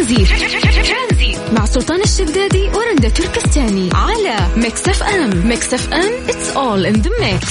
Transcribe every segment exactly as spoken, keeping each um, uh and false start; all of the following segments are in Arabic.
ترانزيت مع سلطان الشدادي ورندا تركستاني على ميكس اف ام. ميكس اف ام it's all in the mix.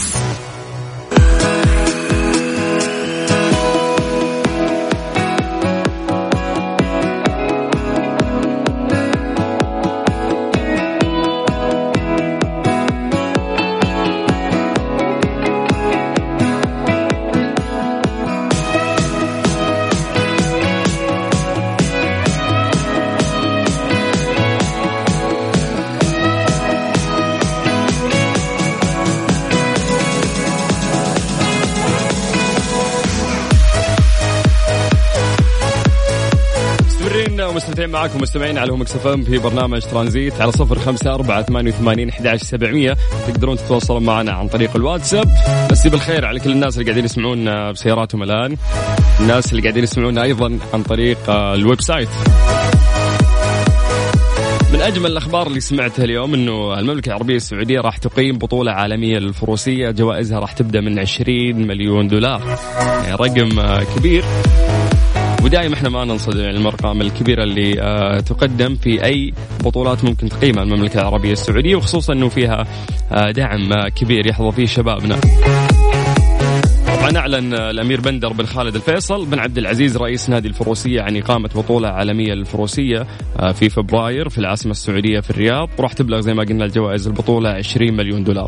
مستمتعين معكم مستمعين على ميكس اف ام في برنامج ترانزيت على صفر خمسة أربعة ثمانية وثمانين أحد عشر سبعمية. تقدرون تتواصلون معنا عن طريق الواتساب. مسي بالخير على كل الناس اللي قاعدين يسمعونا بسياراتهم الآن، الناس اللي قاعدين يسمعونا أيضا عن طريق الويب سايت. من أجمل الأخبار اللي سمعتها اليوم أنه المملكة العربية السعودية راح تقيم بطولة عالمية للفروسية، جوائزها راح تبدأ من عشرين مليون دولار، يعني رقم كبير. ودائما احنا ما ننصدم يعني الأرقام الكبيرة اللي آه تقدم في أي بطولات ممكن تقيمها المملكة العربية السعودية، وخصوصا أنه فيها آه دعم آه كبير يحظى فيه شبابنا. طبعا أعلن الأمير بندر بن خالد الفيصل بن عبد العزيز رئيس نادي الفروسية عن إقامة بطولة عالمية للفروسية آه في فبراير في العاصمة السعودية في الرياض، وراح تبلغ زي ما قلنا الجوائز البطولة عشرين مليون دولار.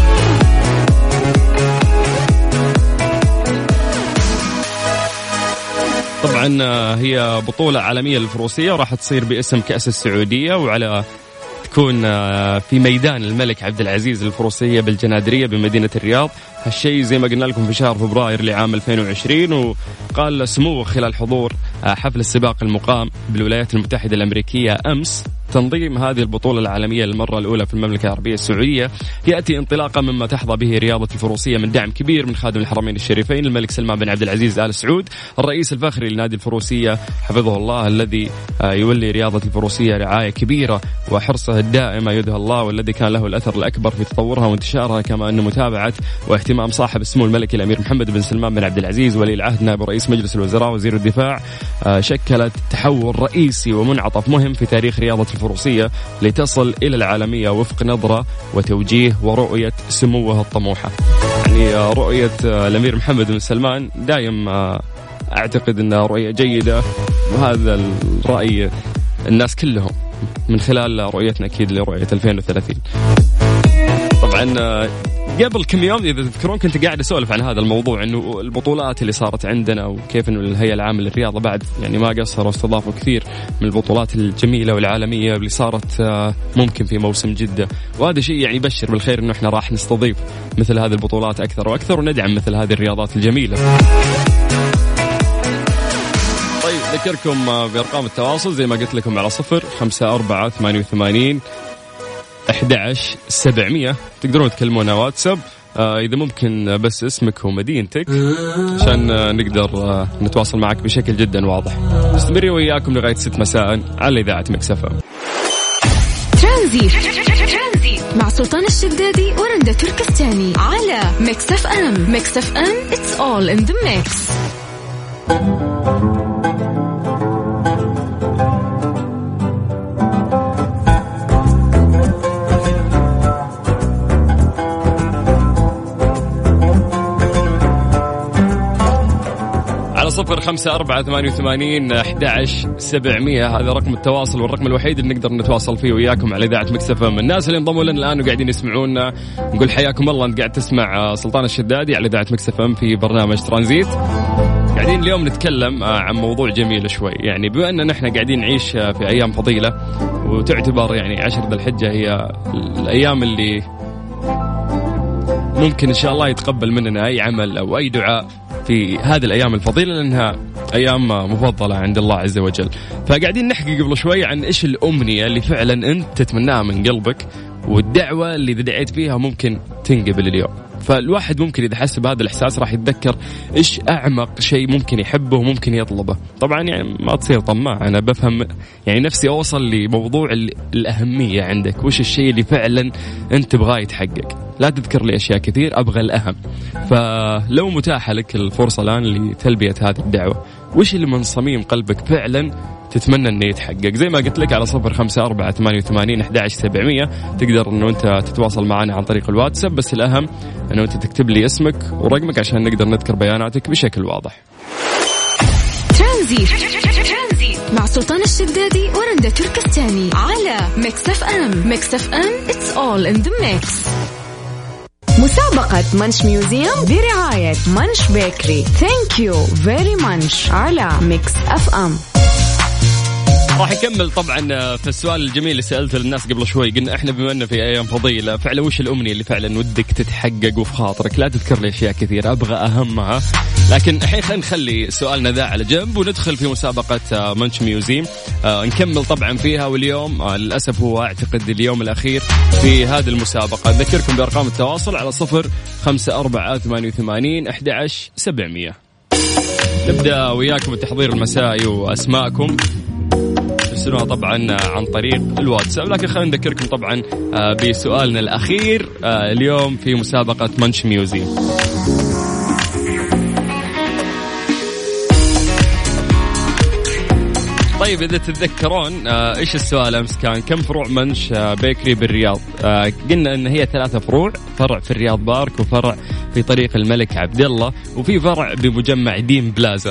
طبعا هي بطولة عالمية للفروسية وراح تصير باسم كأس السعودية، وعلى تكون في ميدان الملك عبد العزيز للفروسية بالجنادرية بمدينة الرياض. هالشيء زي ما قلنا لكم في شهر فبراير لعام ألفين وعشرين، وقال سموه خلال حضور حفل السباق المقام بالولايات المتحدة الأمريكية أمس تنظيم هذه البطولة العالمية للمرة الأولى في المملكة العربية السعودية يأتي انطلاقا مما تحظى به رياضة الفروسية من دعم كبير من خادم الحرمين الشريفين الملك سلمان بن عبد العزيز آل سعود الرئيس الفخري لنادي الفروسية حفظه الله، الذي يولي رياضة الفروسية رعاية كبيرة وحرصه الدائم أيده الله، والذي كان له الأثر الأكبر في تطورها وانتشارها، كما أن متابعة واهتمام صاحب السمو الملكي الأمير محمد بن سلمان بن عبد العزيز ولي العهد نائب رئيس مجلس الوزراء وزير الدفاع شكلت تحول رئيسي ومنعطف مهم في تاريخ رياضة الفروسية لتصل إلى العالمية وفق نظرة وتوجيه ورؤية سموه الطموحة. يعني رؤية الأمير محمد بن سلمان دائم أعتقد أنها رؤية جيدة، وهذا الرأي الناس كلهم من خلال رؤيتنا أكيد لرؤية ألفين وثلاثين. طبعا قبل كم يوم إذا تذكرون كنت قاعد أسولف عن هذا الموضوع، إنه البطولات اللي صارت عندنا وكيف إنه الهيئة العامة للرياضة بعد يعني ما قصروا واستضافوا كثير من البطولات الجميلة والعالمية اللي صارت ممكن في موسم جدة، وهذا شيء يعني يبشر بالخير إنه إحنا راح نستضيف مثل هذه البطولات أكثر وأكثر وندعم مثل هذه الرياضات الجميلة. طيب ذكركم بأرقام التواصل زي ما قلت لكم على صفر خمسة أربعة ثمانية وثمانين أحد عشر سبعمية. تقدرون تكلمونا واتساب آه إذا ممكن بس اسمك ومدينتك عشان آه نقدر آه نتواصل معك بشكل جدا واضح. مستمرين وياكم لغاية ست مساء على إذاعة ميكس اف ام. ترانزيت مع سلطان الشدادي ورندا تركستاني على ميكس اف ام. ميكس اف ام it's all in the mix. صفر خمسة أربعة ثمانية وثمانين أحد عشر سبعمية هذا رقم التواصل والرقم الوحيد اللي نقدر نتواصل فيه وياكم على إذاعة ميكس اف ام. الناس اللي انضموا لنا الآن وقاعدين يسمعونا نقول حياكم الله، أنت قاعد تسمع سلطان الشدادي على إذاعة ميكس اف ام في برنامج ترانزيت. قاعدين اليوم نتكلم عن موضوع جميل شوي، يعني بما أننا نحن قاعدين نعيش في أيام فضيلة وتعتبر يعني عشر ذي الحجة هي الأيام اللي ممكن إن شاء الله يتقبل مننا أي عمل أو أي دعاء في هذه الأيام الفضيلة، لأنها أيام مفضلة عند الله عز وجل. فقاعدين نحكي قبل شوي عن إيش الأمنية اللي فعلا أنت تتمناها من قلبك، والدعوة اللي إذا دعيت فيها ممكن تنقبل اليوم. فالواحد ممكن إذا حس بهذا الإحساس راح يتذكر إيش أعمق شيء ممكن يحبه وممكن يطلبه. طبعا يعني ما تصير طماع، أنا بفهم يعني نفسي أوصل لموضوع الأهمية عندك، وش الشيء اللي فعلا أنت تبغاه يتحقق. لا تذكر لي أشياء كثير، أبغى الأهم. فلو متاحة لك الفرصة الآن لتلبية هذه الدعوة وش اللي من صميم قلبك فعلا تتمنى انه يتحقق؟ زي ما قلت لك على صفر خمسة أربعة ثمانية وثمانين أحد عشر سبعمية تقدر انه انت تتواصل معنا عن طريق الواتساب، بس الاهم انه انت تكتب لي اسمك ورقمك عشان نقدر نذكر بياناتك بشكل واضح. ترانزيت مع سلطان الشدادي ورندا تركستاني على ميكس اف ام. ميكس اف ام it's all in the mix. مسابقة منش ميوزيوم برعاية منش بيكري. ثانك يو فيري منش على ميكس اف ام. راح نكمل طبعا في السؤال الجميل اللي سألته للناس قبل شوي. قلنا احنا بما انه في ايام فضيلة فعلا وش الامنية اللي فعلا ودك تتحقق وفي خاطرك؟ لا تذكر لي اشياء كثيرة، ابغى اهمها. لكن الحين خلينا نخلي سؤالنا ذا على جنب وندخل في مسابقة منش ميوزيم. آه نكمل طبعا فيها، واليوم آه للأسف هو اعتقد اليوم الأخير في هذه المسابقة. أذكركم بأرقام التواصل على صفر خمسة أربعة ثمانية وثمانين أحد عشر سبعمية. نبدأ وياكم التحضير المسائي وأسماءكم ترسلوها طبعا عن طريق الواتساب. لكن خلينا نذكركم طبعا بسؤالنا الأخير اليوم في مسابقة منش ميوزيم. طيب إذا تتذكرون إيش السؤال أمس كان؟ كم فروع منش بيكري بالرياض؟ قلنا إن هي ثلاثة فروع، فرع في الرياض بارك، وفرع في طريق الملك عبد الله، وفي فرع بمجمع ديم بلازا.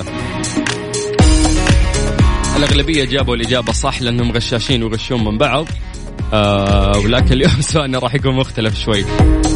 الأغلبية جابوا الإجابة صح لأنهم غشاشين وغشون من بعض. آه ولكن اليوم سؤالنا راح يكون مختلف شوي.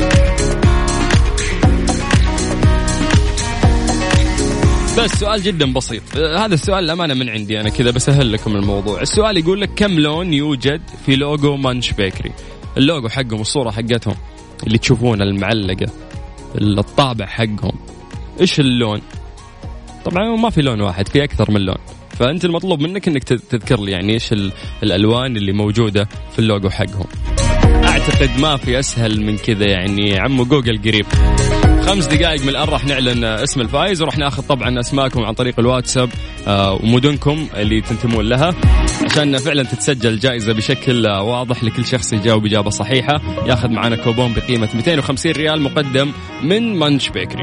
بس سؤال جدا بسيط. هذا السؤال الأمانة من عندي أنا كذا بسهل لكم الموضوع. السؤال يقول لك كم لون يوجد في لوجو منش بيكري؟ اللوجو حقهم، الصورة حقتهم اللي تشوفون المعلقة، الطابع حقهم، إيش اللون؟ طبعا ما في لون واحد، في أكثر من لون. فأنت المطلوب منك أنك تذكر لي يعني إيش الألوان اللي موجودة في اللوجو حقهم. أعتقد ما في أسهل من كذا يعني. عمو جوجل قريب. خمس دقائق من الآن راح نعلن اسم الفائز، وراح ناخذ طبعا أسماءكم عن طريق الواتساب ومدنكم اللي تنتمون لها عشان فعلا تتسجل الجائزة بشكل واضح. لكل شخص يجاوب إجابة صحيحة ياخذ معنا كوبون بقيمة مئتين وخمسين ريال مقدم من منش بيكري.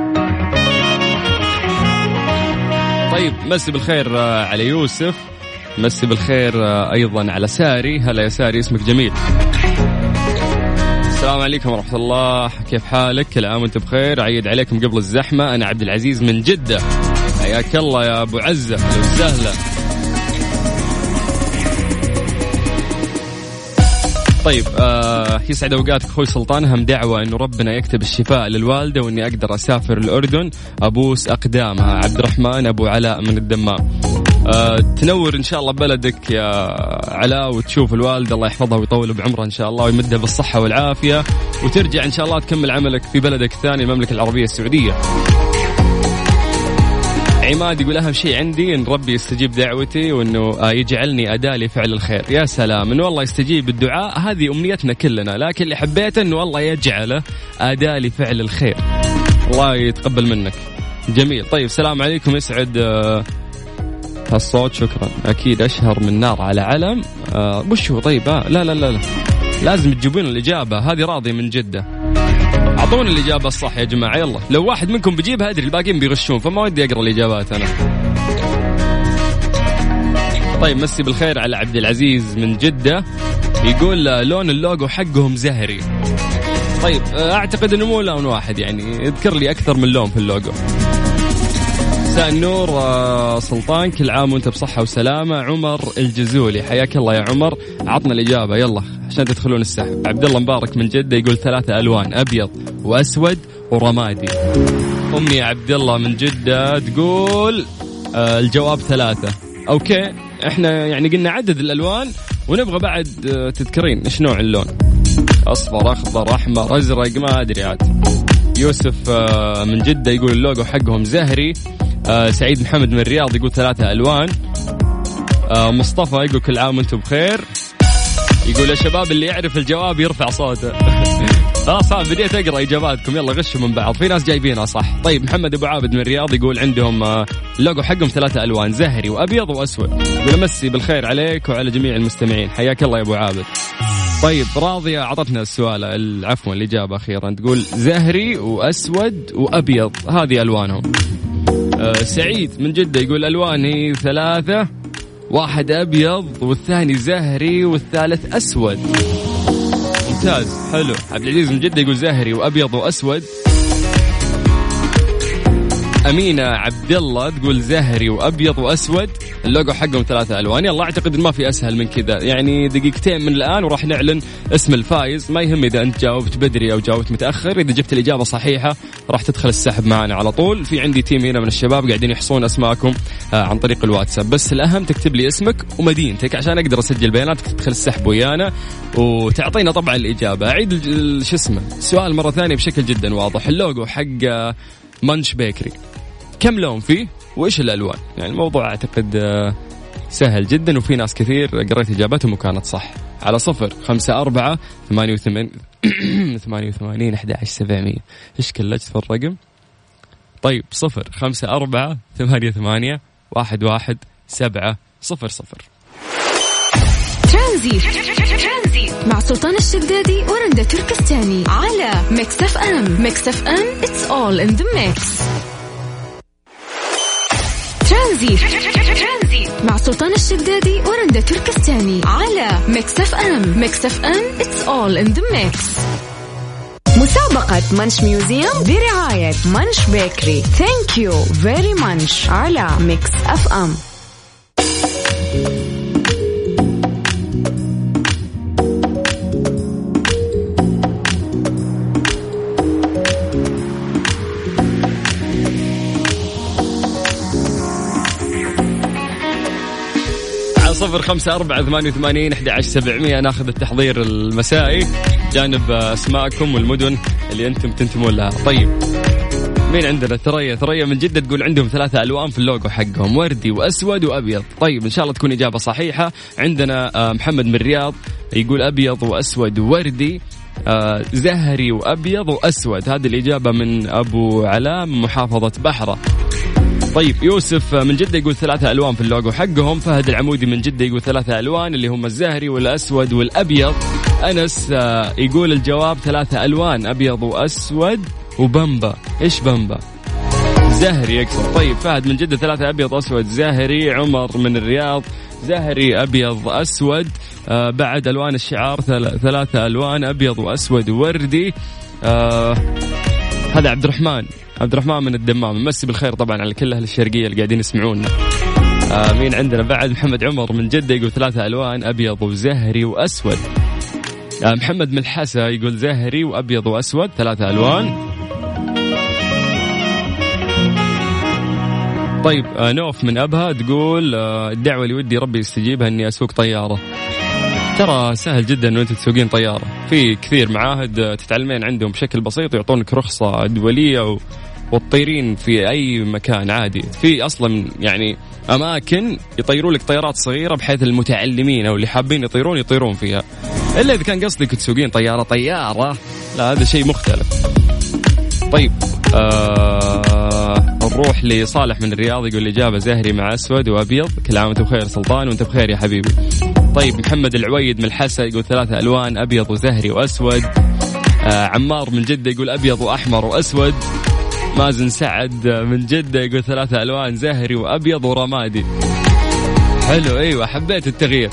طيب مسي بالخير على يوسف، مسي بالخير أيضا على ساري. هلا يا ساري، اسمك جميل. السلام عليكم ورحمة الله، كيف حالك؟ كل عام وانت بخير، عيد عليكم قبل الزحمة. أنا عبد العزيز من جدة، حياك الله يا أبو عزة، أهلا وسهلا. طيب آه يسعد أوقاتك أخوي سلطان. هم دعوة إنه ربنا يكتب الشفاء للوالدة وإني أقدر أسافر الأردن أبوس أقدامها. عبد الرحمن أبو علاء من الدمام. آه تنور إن شاء الله بلدك يا علاء وتشوف الوالدة الله يحفظها ويطول بعمرها إن شاء الله ويمدها بالصحة والعافية، وترجع إن شاء الله تكمل عملك في بلدك الثاني المملكة العربية السعودية. عماد يقول أهم شيء عندي إن ربي يستجيب دعوتي وإنه يجعلني أداة لفعل الخير. يا سلام، إنه والله يستجيب الدعاء، هذه أمنيتنا كلنا، لكن اللي حبيته إنه الله يجعله أداة لفعل الخير. الله يتقبل منك، جميل. طيب السلام عليكم، يسعد هالصوت، شكرا. أكيد أشهر من نار على علم. أه وش هو؟ طيب آه لا لا لا لا لازم تجيبون الإجابة هذه. راضي من جدة، أعطونا الإجابة الصح يا جماعة. يلا لو واحد منكم بيجيبها أدري الباقيين بيغشون، فما ودي أقرأ الإجابات أنا. طيب مسي بالخير على عبد العزيز من جدة، يقول لون اللوجو حقهم زهري. طيب أعتقد أنه مو لون واحد يعني، اذكر لي أكثر من لون في اللوجو. مساء النور سلطان، كل عام وانت بصحة وسلامة. عمر الجزولي، حياك الله يا عمر، عطنا الإجابة يلا عشان تدخلون السحب. عبد الله مبارك من جدة يقول ثلاثة ألوان، أبيض وأسود ورمادي. أمي عبد الله من جدة تقول آه الجواب ثلاثة. أوكي، إحنا يعني قلنا عدد الألوان ونبغى بعد آه تذكرين إيش نوع اللون، أصفر أخضر أحمر أزرق ما أدري عاد. يوسف آه من جدة يقول اللوجو حقهم زهري. آه سعيد محمد من الرياض يقول ثلاثة ألوان. آه مصطفى يقول كل عام وانتم بخير. يقول يا شباب اللي يعرف الجواب يرفع صوته. اه صح، بديت اقرا اجاباتكم، يلا غشوا من بعض، في ناس جايبينها صح. طيب محمد ابو عابد من الرياض يقول عندهم آه اللوجو حقهم ثلاثة ألوان، زهري وابيض واسود. يقول مسي بالخير عليك وعلى جميع المستمعين، حياك الله يا ابو عابد. طيب راضية عطتنا السؤال، عفوا الإجابة أخيرا، تقول زهري وأسود وأبيض، هذه ألوانهم. سعيد من جدة يقول ألواني ثلاثة، واحد أبيض والثاني زهري والثالث أسود. ممتاز حلو. عبد العزيز من جدة يقول زهري وأبيض وأسود. أمينة عبد الله تقول زهري وأبيض وأسود، اللوجو حقهم ثلاثة ألوان. يلا أعتقد ما في أسهل من كذا، يعني دقيقتين من الآن وراح نعلن اسم الفائز. ما يهم إذا أنت جاوبت بدري أو جاوبت متأخر، إذا جبت الإجابة صحيحة راح تدخل السحب معنا على طول. في عندي تيم هنا من الشباب قاعدين يحصون أسماءكم عن طريق الواتساب، بس الأهم تكتب لي اسمك ومدينتك عشان أقدر أسجل بياناتك تدخل السحب ويانا وتعطينا طبعا الإجابة. أعيد شو اسمه السؤال مرة ثانية بشكل جدا واضح. اللوجو حق منش بيكري كم لون فيه وإيش الألوان؟ يعني الموضوع أعتقد سهل جدا وفي ناس كثير قريت إجابتهم وكانت صح. على صفر خمسة أربعة ثمانية وثمانين ثمانية وثمانين أحد عشر سبعمية. إيش كلجت في الرقم؟ طيب صفر خمسة أربعة ثمانية ثمانية واحد واحد سبعة صفر صفر. ترانزي مع سلطان الشدادي ورندا تركستاني على ميكس اف ام. ميكس اف ام it's all in the mix. ترانزي مع سلطان الشدادي ورندا تركستاني على ميكس اف ام. ميكس اف ام it's all in the mix. مسابقة منش ميوزيوم برعاية منش بيكري. Thank you very much على ميكس اف ام. صفر خمسة أربعة ثمانية وثمانين أحد عشر سبعمية. ناخذ التحضير المسائي جانب أسماءكم والمدن اللي أنتم تنتمون لها. طيب مين عندنا؟ ثريا. ثريا من جدة تقول عندهم ثلاثة ألوان في اللوجو حقهم، وردي وأسود وأبيض. طيب إن شاء الله تكون إجابة صحيحة. عندنا محمد من الرياض يقول أبيض وأسود ووردي، زهري وأبيض وأسود. هذه الإجابة من أبو علاء من محافظة بحرة. طيب يوسف من جدة يقول ثلاثة ألوان في اللوجو حقهم. فهد العمودي من جدة يقول ثلاثة ألوان اللي هم الزهري والأسود والأبيض. أنس يقول الجواب ثلاثة ألوان أبيض وأسود وبمبا. إيش بمبا؟ زهري يكسب. طيب فهد من جدة ثلاثة أبيض أسود زهري. عمر من الرياض زهري أبيض أسود. آه بعد ألوان الشعار ثلاثة ألوان أبيض وأسود ووردي. آه هذا عبد الرحمن عبد الرحمن من الدمام. مسي بالخير طبعا على كل أهل الشرقية اللي قاعدين يسمعونا. آه مين عندنا بعد؟ محمد عمر من جدة يقول ثلاثة ألوان أبيض وزهري وأسود. آه محمد من الحسا يقول زهري وأبيض وأسود ثلاثة ألوان. طيب آه نوف من أبها تقول آه الدعوة اللي ودي ربي يستجيبها إني أسوق طيارة. ترى سهل جدا أنه أنت تسوقين طيارة، في كثير معاهد تتعلمين عندهم بشكل بسيط ويعطونك رخصة دولية وتطيرين في أي مكان عادي. في أصلا يعني أماكن يطيروا لك طيارات صغيرة بحيث المتعلمين أو اللي حابين يطيرون يطيرون فيها، إلا إذا كان قصدك تسوقين طيارة طيارة لا هذا شيء مختلف. طيب آه نروح لصالح من الرياض يقول الإجابة زهري مع أسود وأبيض. كل عام وأنت بخير سلطان وأنت بخير يا حبيبي. طيب محمد العويد من الحسا يقول ثلاثة ألوان أبيض وزهري وأسود. آه عمار من جدة يقول أبيض وأحمر وأسود. مازن سعد من جدة يقول ثلاثة ألوان زهري وأبيض ورمادي. حلو أيوة حبيت التغيير.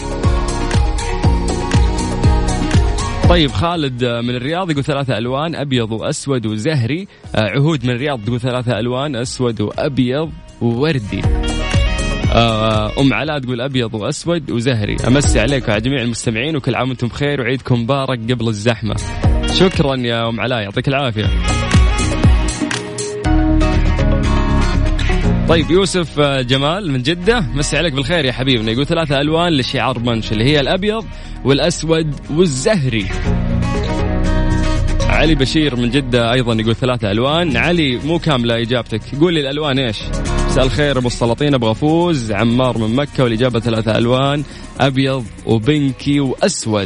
طيب خالد من الرياض يقول ثلاثة ألوان أبيض وأسود وزهري. آه عهود من الرياض تقول ثلاثة ألوان أسود وأبيض ووردي. أم علاء تقول أبيض وأسود وزهري. أمسي عليك وعلى جميع المستمعين وكل عام وانتم بخير وعيدكم مبارك قبل الزحمة. شكرا يا أم علاء يعطيك العافية. طيب يوسف جمال من جدة مسي عليك بالخير يا حبيبنا يقول ثلاثة ألوان لشعار منش اللي هي الأبيض والأسود والزهري. علي بشير من جدة أيضا يقول ثلاثة ألوان. علي مو كاملة إجابتك، قول لي الألوان إيش. مساء الخير أبو السلاطين أبغى أفوز. عمار من مكة والإجابة ثلاثة ألوان أبيض وبنكي وأسود.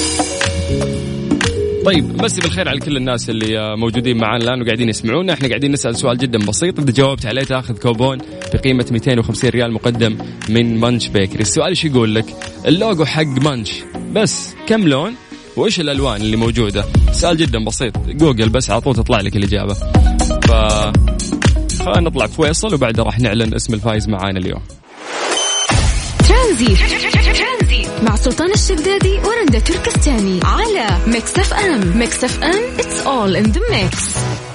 طيب مسي بالخير على كل الناس اللي موجودين معنا الآن وقاعدين يسمعونا. احنا قاعدين نسأل سؤال جدا بسيط، إذا جاوبت عليه تأخذ كوبون بقيمة مئتين وخمسين ريال مقدم من منش بيكري. السؤال ايش يقول لك؟ اللوجو حق منش بس كم لون وإيش الألوان اللي موجودة؟ سؤال جدا بسيط، جوجل بس على طول تطلع لك الإجابة. ف خلينا نطلع فيصل وبعدها راح نعلن اسم الفائز معانا اليوم. ترانزي مع سلطان الشدادي ورندا تركستاني على ميكس اف ام. ميكس اف ام it's all in the mix.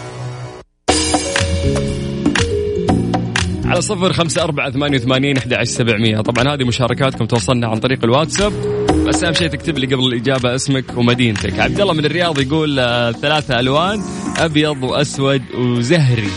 على صفر خمسة أربعة ثمانية وثمانين أحد عشر سبعمية. طبعا هذه مشاركاتكم توصلنا عن طريق الواتساب، بس أهم شيء تكتب لي قبل الإجابة اسمك ومدينتك. عبد الله من الرياض يقول آه ثلاثة ألوان، أبيض وأسود وزهري.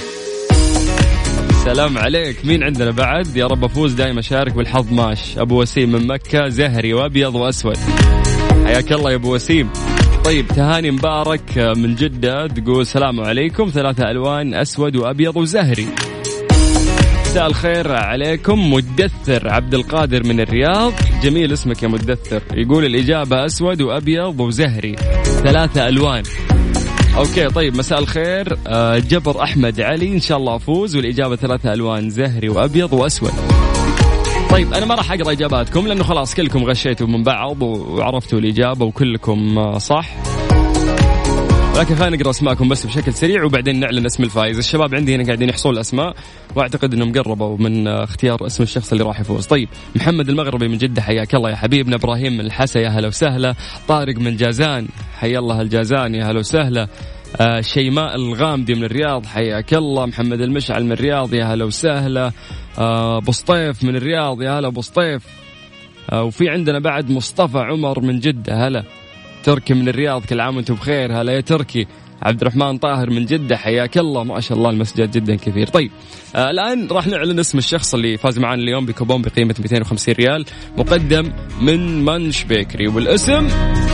سلام عليك. مين عندنا بعد؟ يا رب أفوز دائما، شارك بالحظ ماش. أبو وسيم من مكة، زهري وأبيض وأسود. حياك الله يا أبو وسيم. طيب تهاني مبارك من جدة تقول السلام عليكم، ثلاثة ألوان، أسود وأبيض وزهري. مساء الخير عليكم. مدثر عبد القادر من الرياض، جميل اسمك يا مدثر، يقول الإجابة أسود وأبيض وزهري، ثلاثة ألوان. أوكي طيب مساء الخير. جبر أحمد علي، إن شاء الله أفوز، والإجابة ثلاثة ألوان، زهري وأبيض وأسود. طيب أنا ما راح أقرأ إجاباتكم لأنه خلاص كلكم غشيتوا من بعض وعرفتوا الإجابة وكلكم صح، لكن خلينا نقرأ اسماءكم بس بشكل سريع وبعدين نعلن اسم الفائز. الشباب عندي هنا قاعدين يحصلوا الأسماء واعتقد انهم قربوا من اختيار اسم الشخص اللي راح يفوز. طيب محمد المغربي من جدة، حياك الله يا حبيبنا. ابراهيم من الحسا، يا هلا وسهلا. طارق من جازان، حيا الله الجازان، يا هلا وسهلا. آه شيماء الغامدي من الرياض، حياك الله. محمد المشعل من الرياض، يا هلا وسهلا. آه بسطيف من الرياض، يا هلا بسطيف. آه وفي عندنا بعد مصطفى عمر من جدة، هلا. تركي من الرياض، كل عام وانتم بخير، هلا يا تركي. عبد الرحمن طاهر من جدة، حياك الله. ما شاء الله المسجات جدا كثير. طيب آه الآن راح نعلن اسم الشخص اللي فاز معنا اليوم بكوبون بقيمة مئتين وخمسين ريال مقدم من منش بيكري، والاسم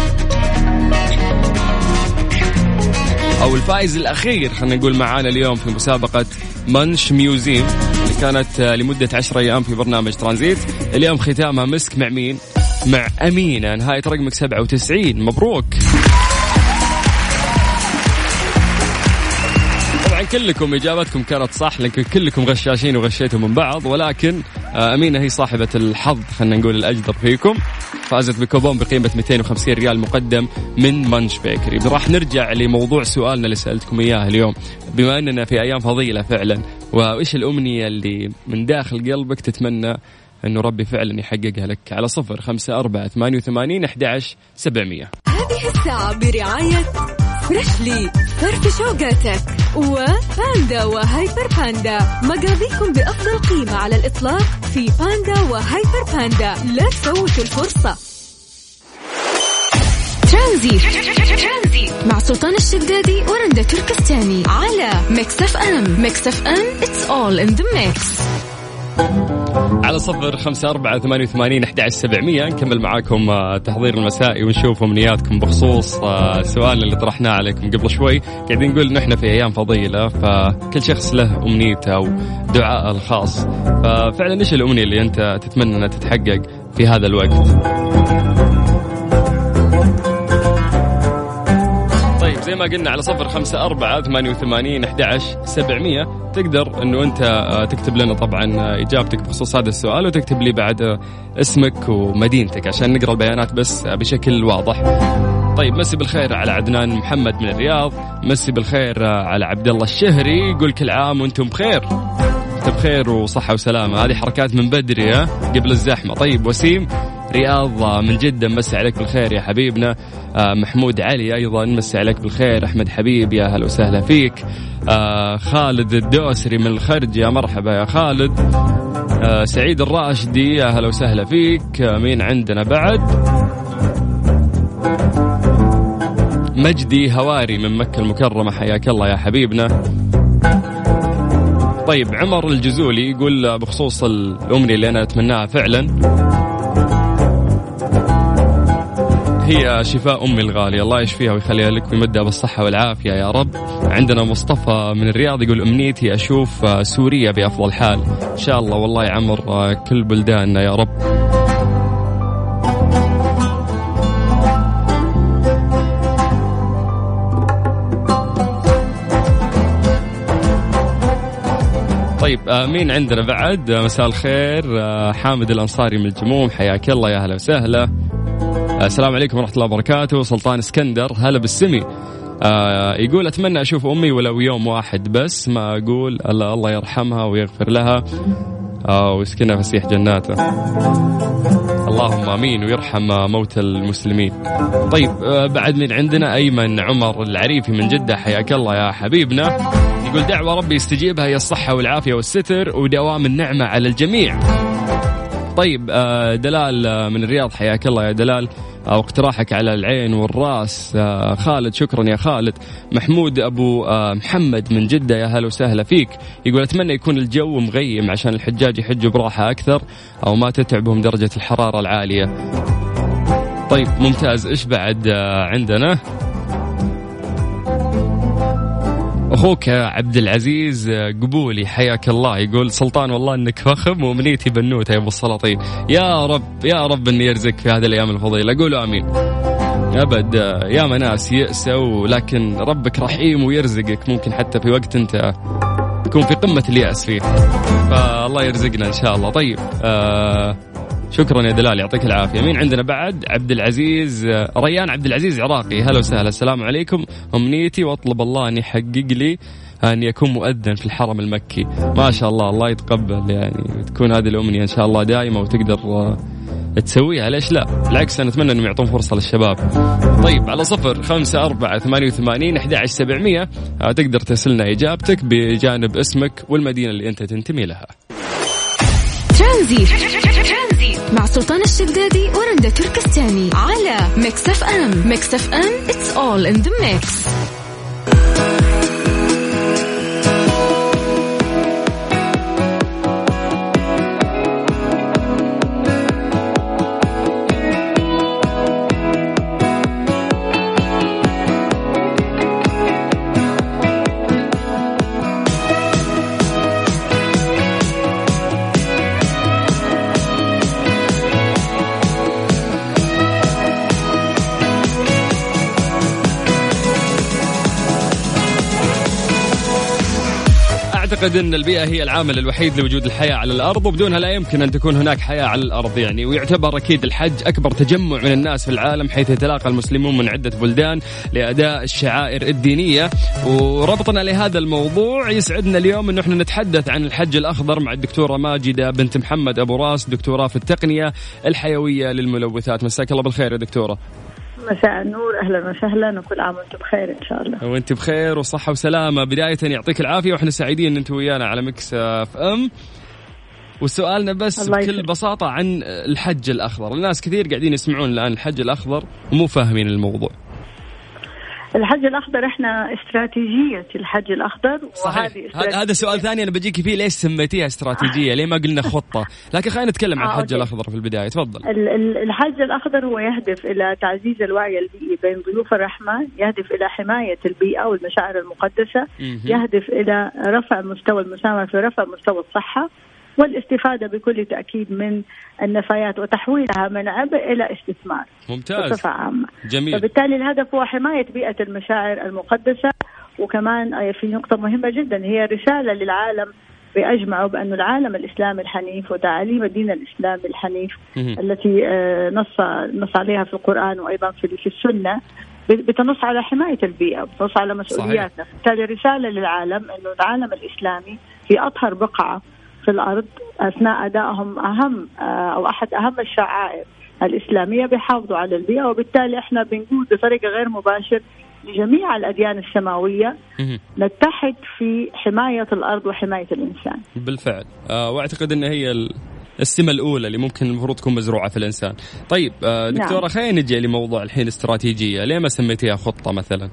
أو الفائز الأخير خلينا نقول معانا اليوم في مسابقة منش ميوزيم اللي كانت لمدة عشر أيام في برنامج ترانزيت. اليوم ختامها مسك مع مين؟ مع أمينة، نهاية رقمك سبعة وتسعين. مبروك. طبعا كلكم إجاباتكم كانت صح، لكن كلكم غشاشين وغشيتوا من بعض، ولكن أمينة هي صاحبة الحظ خلينا نقول الأجدر فيكم، فازت بكوبون بقيمة مئتين وخمسين ريال مقدم من منش بيكري. راح نرجع لموضوع سؤالنا اللي سألتكم إياه اليوم، بما أننا في أيام فضيلة فعلا، وإيش الأمنية اللي من داخل قلبك تتمنى أنه ربي فعلا يحققها لك؟ على صفر خمسة أربعة ثمانية وثمانين أحد عشر سبعمية. هذه الساعة برعاية فريشلي، فرف شوقاتك، وباندا وهايبر باندا، مقاضيكم بأفضل قيمة على الإطلاق في باندا وهايبر باندا، لا تفوتوا الفرصة. ترانزي مع سلطان الشدادي ورندا تركستاني على ميكس اف ام. ميكس اف ام it's all in the mix. على صفر خمسة أربعة ثمانية وثمانين أحد عشر سبعمية نكمل معاكم تحضير المسائي ونشوف أمنياتكم بخصوص سؤال اللي طرحناه عليكم قبل شوي. قاعدين نقول إن إحنا في أيام فضيلة، فكل شخص له أمنيته ودعاءه الخاص، ففعلا إيش الأمنية اللي أنت تتمنى أنها تتحقق في هذا الوقت؟ طيب زي ما قلنا على صفر خمسة أربعة ثمانية وثمانين أحد عشر سبعمية تقدر أنه أنت تكتب لنا طبعا إجابتك بخصوص هذا السؤال، وتكتب لي بعد اسمك ومدينتك عشان نقرأ البيانات بس بشكل واضح. طيب مسي بالخير على عدنان محمد من الرياض، مسي بالخير على عبد الله الشهري، يقول كل عام وانتم بخير. بخير وصحة وسلامة، هذه حركات من بدري قبل الزحمة. طيب وسيم رياض من جدة مسي عليك بالخير يا حبيبنا. آه محمود علي أيضا مسي عليك بالخير. أحمد حبيب يا هلا وسهلا فيك. آه خالد الدوسري من الخرج يا مرحبا يا خالد. آه سعيد الراشدي يا هلا وسهلا فيك. آه مين عندنا بعد؟ مجدي هواري من مكة المكرمة حياك الله يا حبيبنا. طيب عمر الجزولي يقول بخصوص الأمنية اللي أنا أتمناها فعلا هي شفاء أمي الغالية، الله يشفيها ويخليها لك ويمدها بالصحة والعافية يا رب. عندنا مصطفى من الرياض يقول أمنيتي أشوف سوريا بأفضل حال إن شاء الله، والله يعمر كل بلداننا يا رب. طيب مين عندنا بعد؟ مساء الخير حامد الأنصاري من الجموم حياك الله يا هلا وسهلا. السلام عليكم ورحمة الله وبركاته. سلطان اسكندر هلا بالسمي. آه يقول أتمنى أشوف أمي ولو يوم واحد بس، ما أقول الله الله يرحمها ويغفر لها آه ويسكنها فسيح جناته. اللهم آمين ويرحم موتى المسلمين. طيب آه بعد من عندنا أيمن عمر العريفي من جدة، حياك الله يا حبيبنا. يقول دعوة ربي يستجيبها هي الصحة والعافية والستر ودوام النعمة على الجميع. طيب آه دلال من الرياض، حياك الله يا دلال أو اقتراحك على العين والراس. آه خالد شكرا يا خالد. محمود أبو آه محمد من جدة، يا هلا وسهلا فيك. يقول أتمنى يكون الجو مغيم عشان الحجاج يحجوا براحة أكثر أو ما تتعبهم درجة الحرارة العالية. طيب ممتاز. إيش بعد آه عندنا؟ أخوك عبد العزيز قبولي، حياك الله. يقول سلطان والله إنك فخم ومنيتي بنوتة يا أبو السلاطين. يا رب يا رب إني يرزقك في هذه الأيام الفضيلة. قولوا آمين. أبد يا مناس يأسوا، لكن ربك رحيم ويرزقك، ممكن حتى في وقت أنت تكون في قمة اليأس فيه، فالله يرزقنا إن شاء الله. طيب آه شكرا يا دلال، يعطيك العافية. مين عندنا بعد؟ عبد العزيز ريان عبد العزيز عراقي، هلا وسهلا. السلام عليكم، أمنيتي وأطلب الله أن يحقق لي أن يكون مؤذن في الحرم المكي. ما شاء الله، الله يتقبل، يعني تكون هذه الأمنية إن شاء الله دائما وتقدر تسويها، ليش لا؟ بالعكس أنا أتمنى أنهم يعطون فرصة للشباب. طيب على صفر خمسة أربعة ثمانية وثمانين أحد عشر سبعمية تقدر ترسلنا إجابتك بجانب اسمك والمدينة اللي أنت تنتمي لها. ترانزيت مع سلطان الشدادي ورندا تركستاني على ميكس اف ام. ميكس اف ام it's all in the mix. أعتقد أن البيئة هي العامل الوحيد لوجود الحياة على الأرض، وبدونها لا يمكن أن تكون هناك حياة على الأرض يعني. ويعتبر أكيد الحج أكبر تجمع من الناس في العالم، حيث يتلاقى المسلمون من عدة بلدان لأداء الشعائر الدينية. وربطنا لهذا الموضوع يسعدنا اليوم أنه احنا نتحدث عن الحج الأخضر مع الدكتورة ماجدة بنت محمد أبو راس، دكتوراه في التقنية الحيوية للملوثات. مساك الله بالخير يا دكتورة. مساء النور، أهلا وسهلا، وكل عام وأنتم بخير إن شاء الله. وأنت بخير وصحة وسلامة. بداية يعطيك العافية، وإحنا سعيدين أن أنت ويانا على ميكس اف ام. وسؤالنا بس بكل بساطة عن الحج الأخضر. الناس كثير قاعدين يسمعون الآن الحج الأخضر ومو فاهمين الموضوع. الحج الأخضر احنا استراتيجية الحج الأخضر، وهذه هذا سؤال ثاني أنا بجيك فيه، ليش سميتيها استراتيجية؟ ليه ما قلنا خطة؟ لكن خلينا نتكلم عن الحج آه الأخضر في البداية. تفضل. الحج الأخضر هو يهدف إلى تعزيز الوعي البيئي بين ضيوف الرحمن، يهدف إلى حماية البيئة والمشاعر المقدسة، يهدف إلى رفع مستوى المساهمة في رفع مستوى الصحة والاستفادة بكل تأكيد من النفايات وتحويلها من عبء إلى استثمار. ممتاز. بصفة عامة. جميل. فبالتالي الهدف هو حماية بيئة المشاعر المقدسة. وكمان في نقطة مهمة جدا، هي رسالة للعالم بأجمعه بأن العالم الإسلامي الحنيف وتعاليم الدين الإسلامي الحنيف م- التي نص نص عليها في القرآن وأيضا في السنة بتنص على حماية البيئة، بتنص على مسؤولياتنا. بالتالي رسالة للعالم أنه العالم الإسلامي في أطهر بقعة في الأرض أثناء أدائهم أهم أو أحد أهم الشعائر الإسلامية بيحافظوا على البيئة. وبالتالي إحنا بنقول بطريقة غير مباشر لجميع الأديان السماوية نتحد في حماية الأرض وحماية الإنسان. بالفعل. آه وأعتقد أن هي السمة الأولى اللي ممكن المفروض تكون مزروعة في الإنسان. طيب آه دكتورة نعم. خلينا نجي لموضوع الحين استراتيجية. ليه ما سميتيها خطة مثلا؟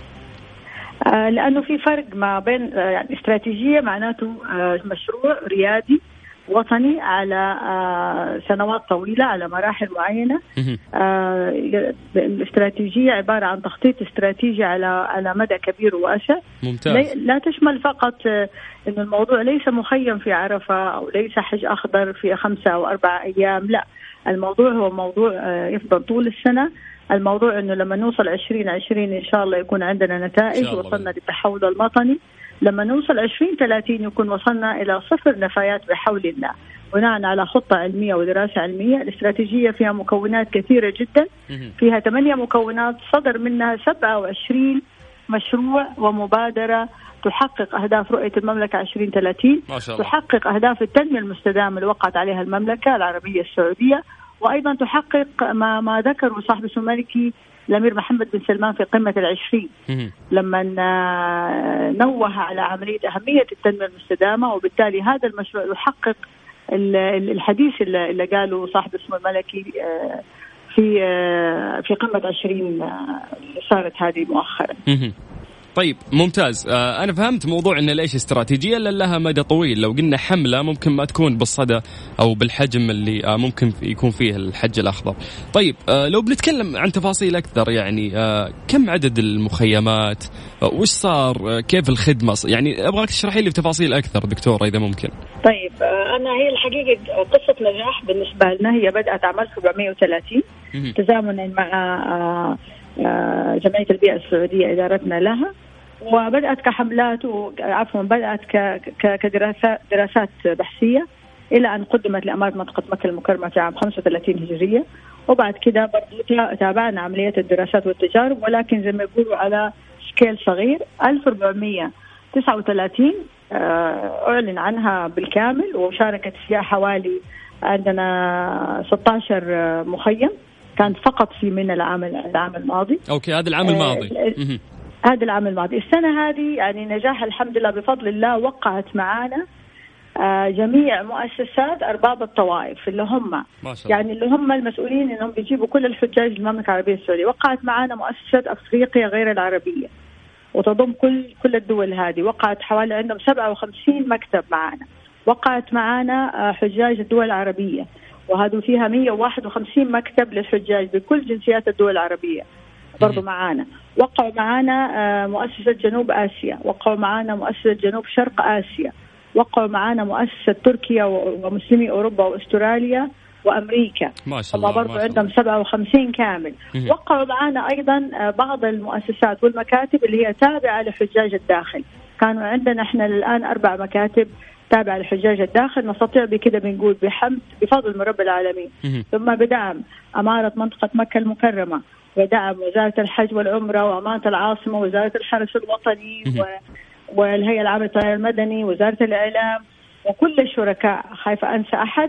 آه لأنه في فرق ما بين آه يعني استراتيجية معناته آه مشروع ريادي وطني على آه سنوات طويلة على مراحل معينة. آه الاستراتيجية عبارة عن تخطيط استراتيجي على على مدى كبير وواسع. ممتاز. لا تشمل فقط آه إن الموضوع ليس مخيم في عرفة أو ليس حج أخضر في خمسة أو أربعة أيام، لا، الموضوع هو موضوع آه يفضل طول السنة. الموضوع إنه لما نوصل عشرين عشرين إن شاء الله يكون عندنا نتائج، وصلنا للتحول الوطني. لما نوصل عشرين ثلاثين يكون وصلنا إلى صفر نفايات بحول الله، بناء على خطة علمية ودراسة علمية. الاستراتيجية فيها مكونات كثيرة جدا، فيها ثمانية مكونات صدر منها سبعة وعشرين مشروع ومبادرة تحقق أهداف رؤية المملكة عشرين ثلاثين، تحقق أهداف التنمية المستدامة اللي وقعت عليها المملكة العربية السعودية، وأيضا تحقق ما ما ذكره صاحب السمو الملكي الأمير محمد بن سلمان في قمة العشرين لما نوه على عملية أهمية التنمية المستدامة، وبالتالي هذا المشروع يحقق الحديث اللي قاله صاحب السمو الملكي في في قمة عشرين اللي صارت هذه مؤخرا. طيب ممتاز. آه أنا فهمت موضوع إن ليش استراتيجية لأن لها مدى طويل. لو قلنا حملة ممكن ما تكون بالصدى أو بالحجم اللي آه ممكن يكون فيه الحج الأخضر. طيب آه لو بنتكلم عن تفاصيل أكثر يعني آه كم عدد المخيمات آه وش صار آه كيف الخدمة يعني أبغاك تشرحي لي بتفاصيل أكثر دكتورة إذا ممكن. طيب آه أنا هي الحقيقة قصة نجاح بالنسبة لنا هي بدأت عام ألف وسبعمائة وثلاثين تزامنا مع آه جمعية البيئة السعودية إدارتنا لها، وبدأت كحملات عفوا بدأت كدراسات دراسات بحثية إلى أن قدمت لأمانة منطقة مكة المكرمة في عام خمسة وثلاثين هجرية، وبعد كده برضو تابعنا عملية الدراسات والتجارب ولكن زي ما يقولوا على سكيل صغير. ألف وأربعمائة وتسعة وثلاثين أعلن عنها بالكامل وشاركت فيها حوالي عندنا ستة عشر مخيم، كان فقط في من العام العام الماضي. أوكي هذا العام الماضي. آه هذا العام الماضي. السنة هذه يعني نجاح الحمد لله بفضل الله وقعت معانا آه جميع مؤسسات أرباب الطوائف اللي هم يعني اللي هم المسؤولين إنهم بيجيبوا كل الحجاج المملكة العربية السعودية. وقعت معانا مؤسسات أفريقيا غير العربية وتضم كل كل الدول هذه. وقعت حوالي عندهم سبعة وخمسين مكتب معانا. وقعت معانا آه حجاج الدول العربية وهذو فيها مئة وواحد وخمسين مكتب للحجاج بكل جنسيات الدول العربية برضو معانا. وقعوا معانا مؤسسة جنوب آسيا، وقعوا معانا مؤسسة جنوب شرق آسيا، وقعوا معانا مؤسسة تركيا ومسلمي أوروبا وأستراليا وأمريكا. ما شاء الله برضو عندهم سبعة وخمسين كامل. وقعوا معانا أيضا بعض المؤسسات والمكاتب اللي هي تابعة لحجاج الداخل. كانوا عندنا احنا الآن أربع مكاتب تابع لحجاج الداخل. نستطيع بكده بنقول بحمد بفضل من رب العالمين ثم بدعم أمارة منطقة مكة المكرمة ودعم وزارة الحج والعمرة وأمانة العاصمة ووزارة الحرس الوطني والهيئة العامة للتطوير المدني ووزارة الإعلام وكل الشركاء خايفة أنسى أحد.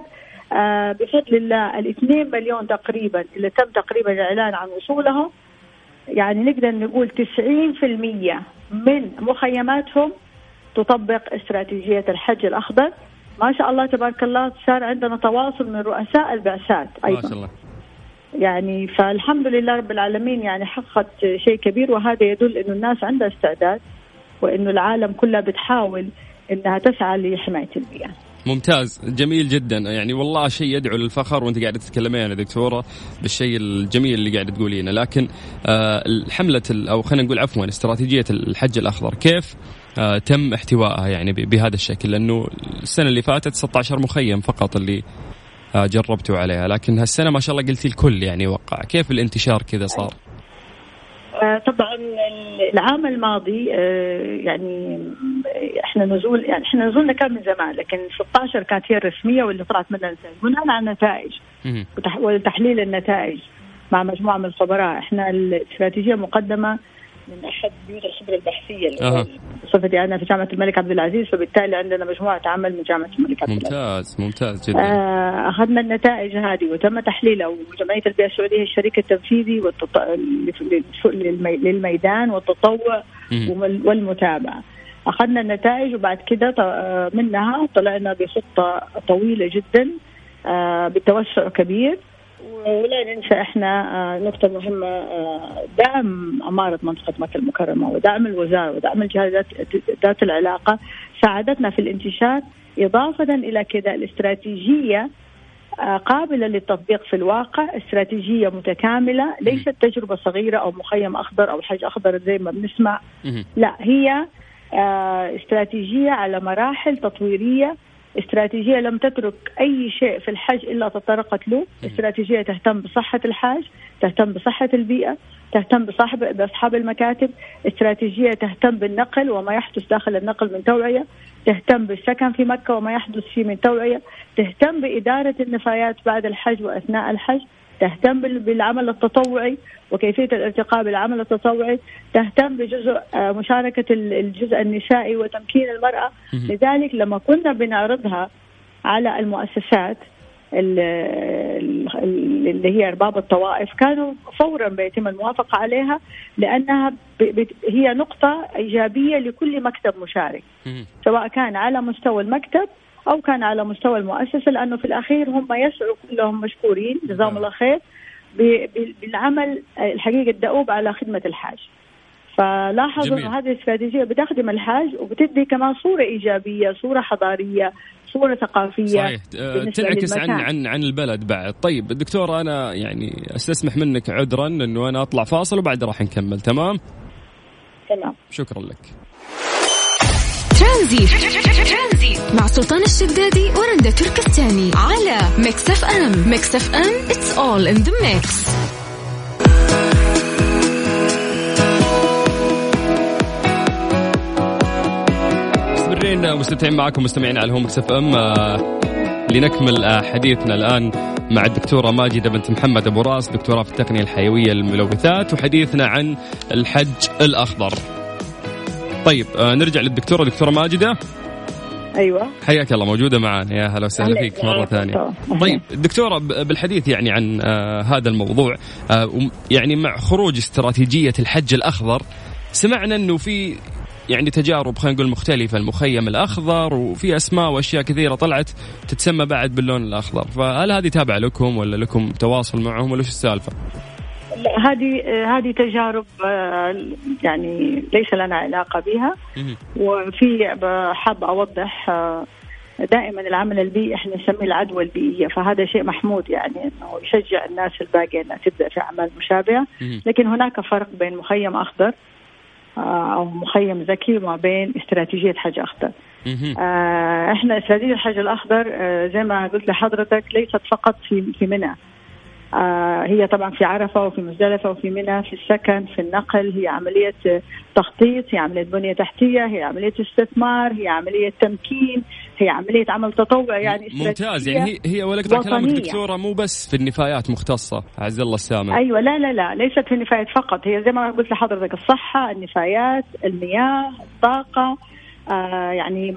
آه بفضل الله الاثنين مليون تقريبا اللي تم تقريبا الإعلان عن وصولهم يعني نقدر نقول تسعين في المية من مخيماتهم تطبق استراتيجية الحج الأخضر. ما شاء الله تبارك الله صار عندنا تواصل من رؤساء البعثات أيضا. ما شاء الله. يعني فالحمد لله رب العالمين يعني حققت شيء كبير وهذا يدل إنه الناس عندها استعداد وإنه العالم كلها بتحاول إنها تسعى لحماية البيئة. ممتاز جميل جدا يعني والله شيء يدعو للفخر وانت قاعدة تتكلمين يا دكتورة بالشيء الجميل اللي قاعدة تقولينه. لكن آه الحملة أو خلينا نقول عفوا استراتيجية الحج الأخضر كيف آه تم احتوائها يعني بهذا الشكل؟ لأنه السنة اللي فاتت ستة عشر مخيم فقط اللي آه جربتوا عليها، لكن هالسنة ما شاء الله قلتي الكل يعني وقع. كيف الانتشار كذا صار؟ طبعا العام الماضي يعني احنا نزول يعني احنا نزولنا كان من زمان لكن ستة عشر كانت هي الرسميه واللي طلعت منها النتائج. بناء على النتائج وتحليل النتائج مع مجموعه من الخبراء احنا الاستراتيجيه مقدمه من احد بيوت الخبره البحثيه اللي أه. صفتي انا في جامعه الملك عبد العزيز فبالتالي عندنا مجموعه عمل من جامعه الملك عبد العزيز. ممتاز ممتاز جدا. آه اخذنا النتائج هذه وتم تحليلها وجمعيه البيئه السعوديه الشريك التنفيذي والتط... للميدان والتطوع والمتابعه. اخذنا النتائج وبعد كده منها طلعنا بخطه طويله جدا آه بتوسع كبير. ولا ننسى احنا نقطة مهمة دعم أمارة منطقة مكة المكرمة ودعم الوزارة ودعم الجهات ذات العلاقة ساعدتنا في الانتشار. إضافة إلى كده الاستراتيجية قابلة للتطبيق في الواقع، استراتيجية متكاملة ليست تجربة صغيرة أو مخيم أخضر أو حج أخضر زي ما بنسمع، لا هي استراتيجية على مراحل تطويرية، استراتيجية لم تترك أي شيء في الحج إلا تطرقت له، استراتيجية تهتم بصحة الحاج، تهتم بصحة البيئة، تهتم بصاحب بأصحاب المكاتب، استراتيجية تهتم بالنقل وما يحدث داخل النقل من توعية، تهتم بالسكن في مكة وما يحدث فيه من توعية، تهتم بإدارة النفايات بعد الحج وأثناء الحج، تهتم بالعمل التطوعي وكيفية الارتقاء بالعمل التطوعي، تهتم بجزء مشاركة الجزء النسائي وتمكين المرأة. لذلك لما كنا بنعرضها على المؤسسات اللي هي أرباب الطوائف كانوا فورا بيتم الموافقة عليها، لأنها هي نقطة إيجابية لكل مكتب مشارك، سواء كان على مستوى المكتب أو كان على مستوى المؤسسة، لأنه في الأخير هم يسعوا كلهم مشكورين جزاهم الله خير بالعمل الحقيقة الدؤوب على خدمة الحاج. فلاحظوا أنه هذه الاستراتيجية بتخدم الحاج وبتدي كمان صورة إيجابية، صورة حضارية، صورة ثقافية، صحيح. تنعكس عن عن عن البلد بعد. طيب الدكتورة أنا يعني أستسمح منك عذرا أنه أنا أطلع فاصل وبعد راح نكمل. تمام تمام، شكرا لك. ترانزيت مع سلطان الشدادي ورندا تركستاني على ميكس اف ام. ميكس اف ام it's all in the mix. مستمرين مستمتعين معكم مستمعين على هوم ميكس اف ام. لنكمل حديثنا الآن مع الدكتورة ماجدة بنت محمد أبو راس، دكتورة في التقنية الحيوية للملوثات، وحديثنا عن الحج الأخضر. طيب آه نرجع للدكتورة دكتورة ماجدة. أيوة حياك الله، موجودة معنا، يا هلا وسهلا فيك مرة ثانية. طيب الدكتورة بالحديث يعني عن آه هذا الموضوع، آه يعني مع خروج استراتيجية الحج الأخضر سمعنا أنه في يعني تجارب خلينا نقول مختلفة، المخيم الأخضر وفي أسماء وأشياء كثيرة طلعت تتسمى بعد باللون الأخضر، فهل هذه تابعة لكم ولا لكم تواصل معهم ولا شو السالفة؟ هذه هذه تجارب يعني ليس لنا علاقة بها. وفي حاب أوضح دائما العمل البيئي احنا نسميه العدوى البيئية، فهذا شيء محمود يعني انه يشجع الناس الباقية انها تبدأ في أعمال مشابهة. لكن هناك فرق بين مخيم أخضر أو مخيم ذكي وما بين استراتيجية حج أخضر. احنا استراتيجية الحج الأخضر زي ما قلت لحضرتك ليست فقط في في منى، آه هي طبعا في عرفة وفي مزدلفة وفي منى، في السكن، في النقل، هي عملية تخطيط، هي عملية بنية تحتية، هي عملية استثمار، هي عملية تمكين، هي عملية عمل تطوعي. يعني ممتاز. يعني هي هي ولا قطع كلامك دكتورة مو بس في النفايات مختصة، عز الله السامع. أيوة لا لا لا ليست في النفايات فقط، هي زي ما قلت لحضرتك الصحة، النفايات، المياه، الطاقة، آه يعني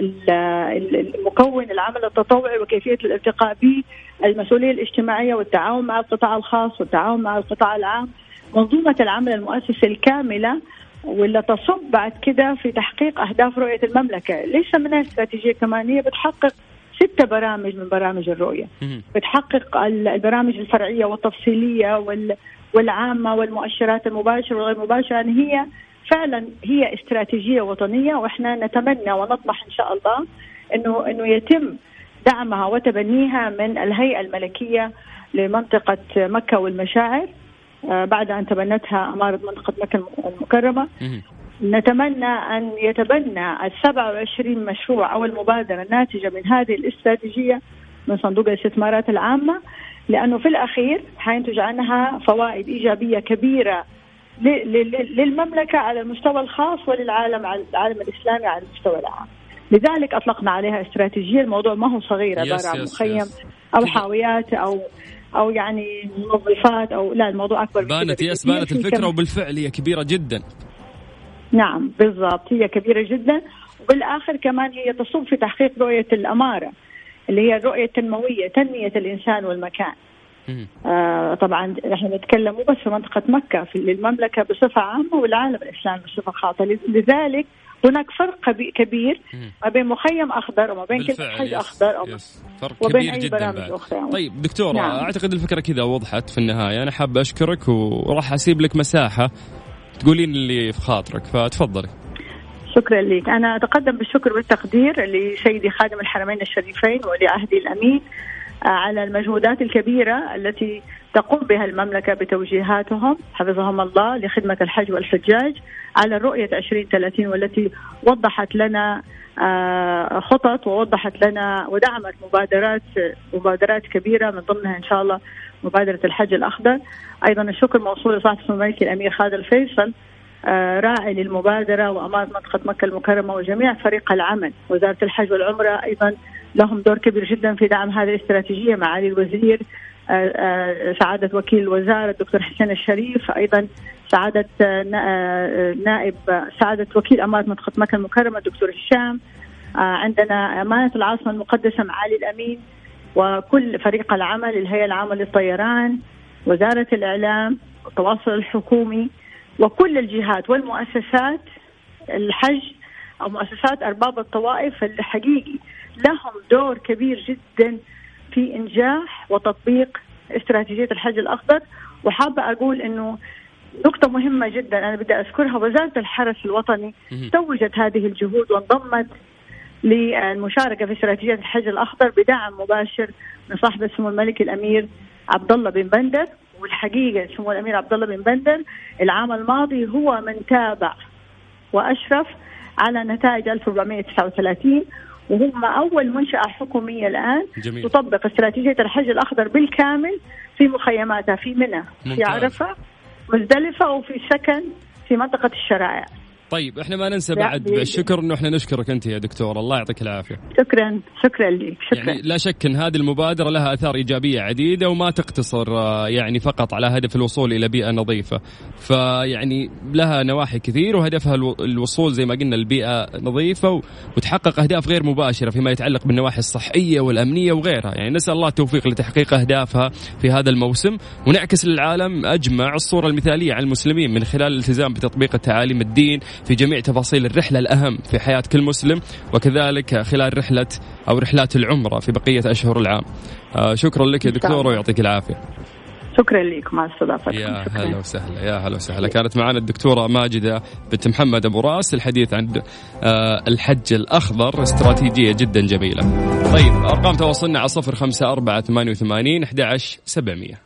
المكون العمل التطوعي وكيفية الارتقاء به، المسؤولية الاجتماعية والتعاون مع القطاع الخاص والتعاون مع القطاع العام، منظومة العمل المؤسسي الكاملة، واللي تصب بعد كده في تحقيق أهداف رؤية المملكة. ليس منها استراتيجية كمان، هي بتحقق ستة برامج من برامج الرؤية، بتحقق البرامج الفرعية والتفصيلية والعامة والمؤشرات المباشرة والغير مباشرة. يعني هي فعلا هي استراتيجية وطنية، وإحنا نتمنى ونطمح إن شاء الله إنه إنه يتم دعمها وتبنيها من الهيئة الملكية لمنطقة مكة والمشاعر بعد أن تبنتها أمارة منطقة مكة المكرمة. نتمنى أن يتبنى السبعة وعشرين مشروع أو المبادرة الناتجة من هذه الاستراتيجية من صندوق الاستثمارات العامة، لأنه في الأخير حينتج عنها فوائد إيجابية كبيرة للمملكة على المستوى الخاص وللعالم على العالم الإسلامي على المستوى العام. لذلك أطلقنا عليها استراتيجية. الموضوع ما هو صغير عبارة عن مخيم أو حاويات أو أو يعني منظفات أو لا، الموضوع أكبر. بانت يس بانت الفكرة وبالفعل هي كبيرة جدا. نعم بالضبط، هي كبيرة جدا، وبالآخر كمان هي تصب في تحقيق رؤية الأمارة اللي هي الرؤية التنموية، تنمية الإنسان والمكان. آه طبعا احنا نتكلم مو بس في منطقة مكة، في المملكة بصفة عامة والعالم الإسلامي بصفة خاصة. لذلك هناك فرق كبير ما بين مخيم أخضر وما بين كل حج أخضر أو وبين أي برامج أخرى. طيب دكتورة، نعم. أعتقد الفكرة كذا وضحت في النهاية. أنا حاب أشكرك وراح أسيب لك مساحة تقولين اللي في خاطرك، فتفضلي. شكرا لك. أنا أتقدم بالشكر والتقدير لسيدي خادم الحرمين الشريفين ولعهدي الأمين على المجهودات الكبيرة التي تقوم بها المملكة بتوجيهاتهم حفظهم الله لخدمة الحج والحجاج على الرؤية عشرين ثلاثين، والتي وضحت لنا خطط ووضحت لنا ودعمت مبادرات مبادرات كبيرة، من ضمنها إن شاء الله مبادرة الحج الأخضر. أيضا الشكر موصول لصاحب الملك الأمير خالد الفيصل راعي للمبادرة وأمارة منطقة مكة المكرمة وجميع فريق العمل. وزارة الحج والعمرة أيضا لهم دور كبير جدا في دعم هذه الاستراتيجية. معالي الوزير سعادة وكيل الوزارة الدكتور حسين الشريف، أيضا سعادة نائب سعادة وكيل أمارة منطقة مكة المكرمة الدكتور هشام، عندنا أمانة العاصمة المقدسة معالي الأمين، وكل فريق العمل، الهيئة العامة للطيران، وزارة الإعلام، التواصل الحكومي، وكل الجهات والمؤسسات الحج أو مؤسسات أرباب الطوائف اللي حقيقي لهم دور كبير جدا في إنجاح وتطبيق استراتيجية الحج الأخضر. وحابة أقول إنه نقطة مهمة جدا أنا بدي أذكرها، وزارة الحرس الوطني توجت هذه الجهود وانضمت للمشاركة في استراتيجية الحج الأخضر بدعم مباشر من صاحب السمو الملكي الأمير عبد الله بن بندر. والحقيقة سمو الأمير عبد الله بن بندر العام الماضي هو من تابع وأشرف على نتائج ألف وأربعمائة وتسعة وثلاثين، وهم أول منشأة حكومية الآن جميل. تطبق استراتيجية الحج الأخضر بالكامل في مخيماتها في منى، في عرفة، مزدلفة، وفي سكن في منطقة الشرائع. طيب احنا ما ننسى بعد بالشكر انه احنا نشكرك انت يا دكتور، الله يعطيك العافيه. شكرا شكرا لك. شكرا. يعني لا شك ان هذه المبادره لها اثار ايجابيه عديده وما تقتصر يعني فقط على هدف الوصول الى بيئه نظيفه، فيعني لها نواحي كثير وهدفها الوصول زي ما قلنا لبيئه نظيفه وتحقق اهداف غير مباشره فيما يتعلق بالنواحي الصحيه والامنيه وغيرها. يعني نسال الله التوفيق لتحقيق اهدافها في هذا الموسم، ونعكس للعالم اجمع الصوره المثاليه عن المسلمين من خلال الالتزام بتطبيق تعاليم الدين في جميع تفاصيل الرحلة الأهم في حياة كل مسلم، وكذلك خلال رحلة أو رحلات العمرة في بقية أشهر العام. آه شكرا لك يا دكتور ويعطيك العافية. شكرا لكم على الاستضافة. يا هلا وسهلا. يا هلا وسهلا. كانت معنا الدكتورة ماجدة بنت محمد أبو راس الحديث عن آه الحج الأخضر، استراتيجية جدا جميلة. طيب أرقام تواصلنا على صفر خمسة أربعة ثمانية وثمانين أحد عشر سبعمية.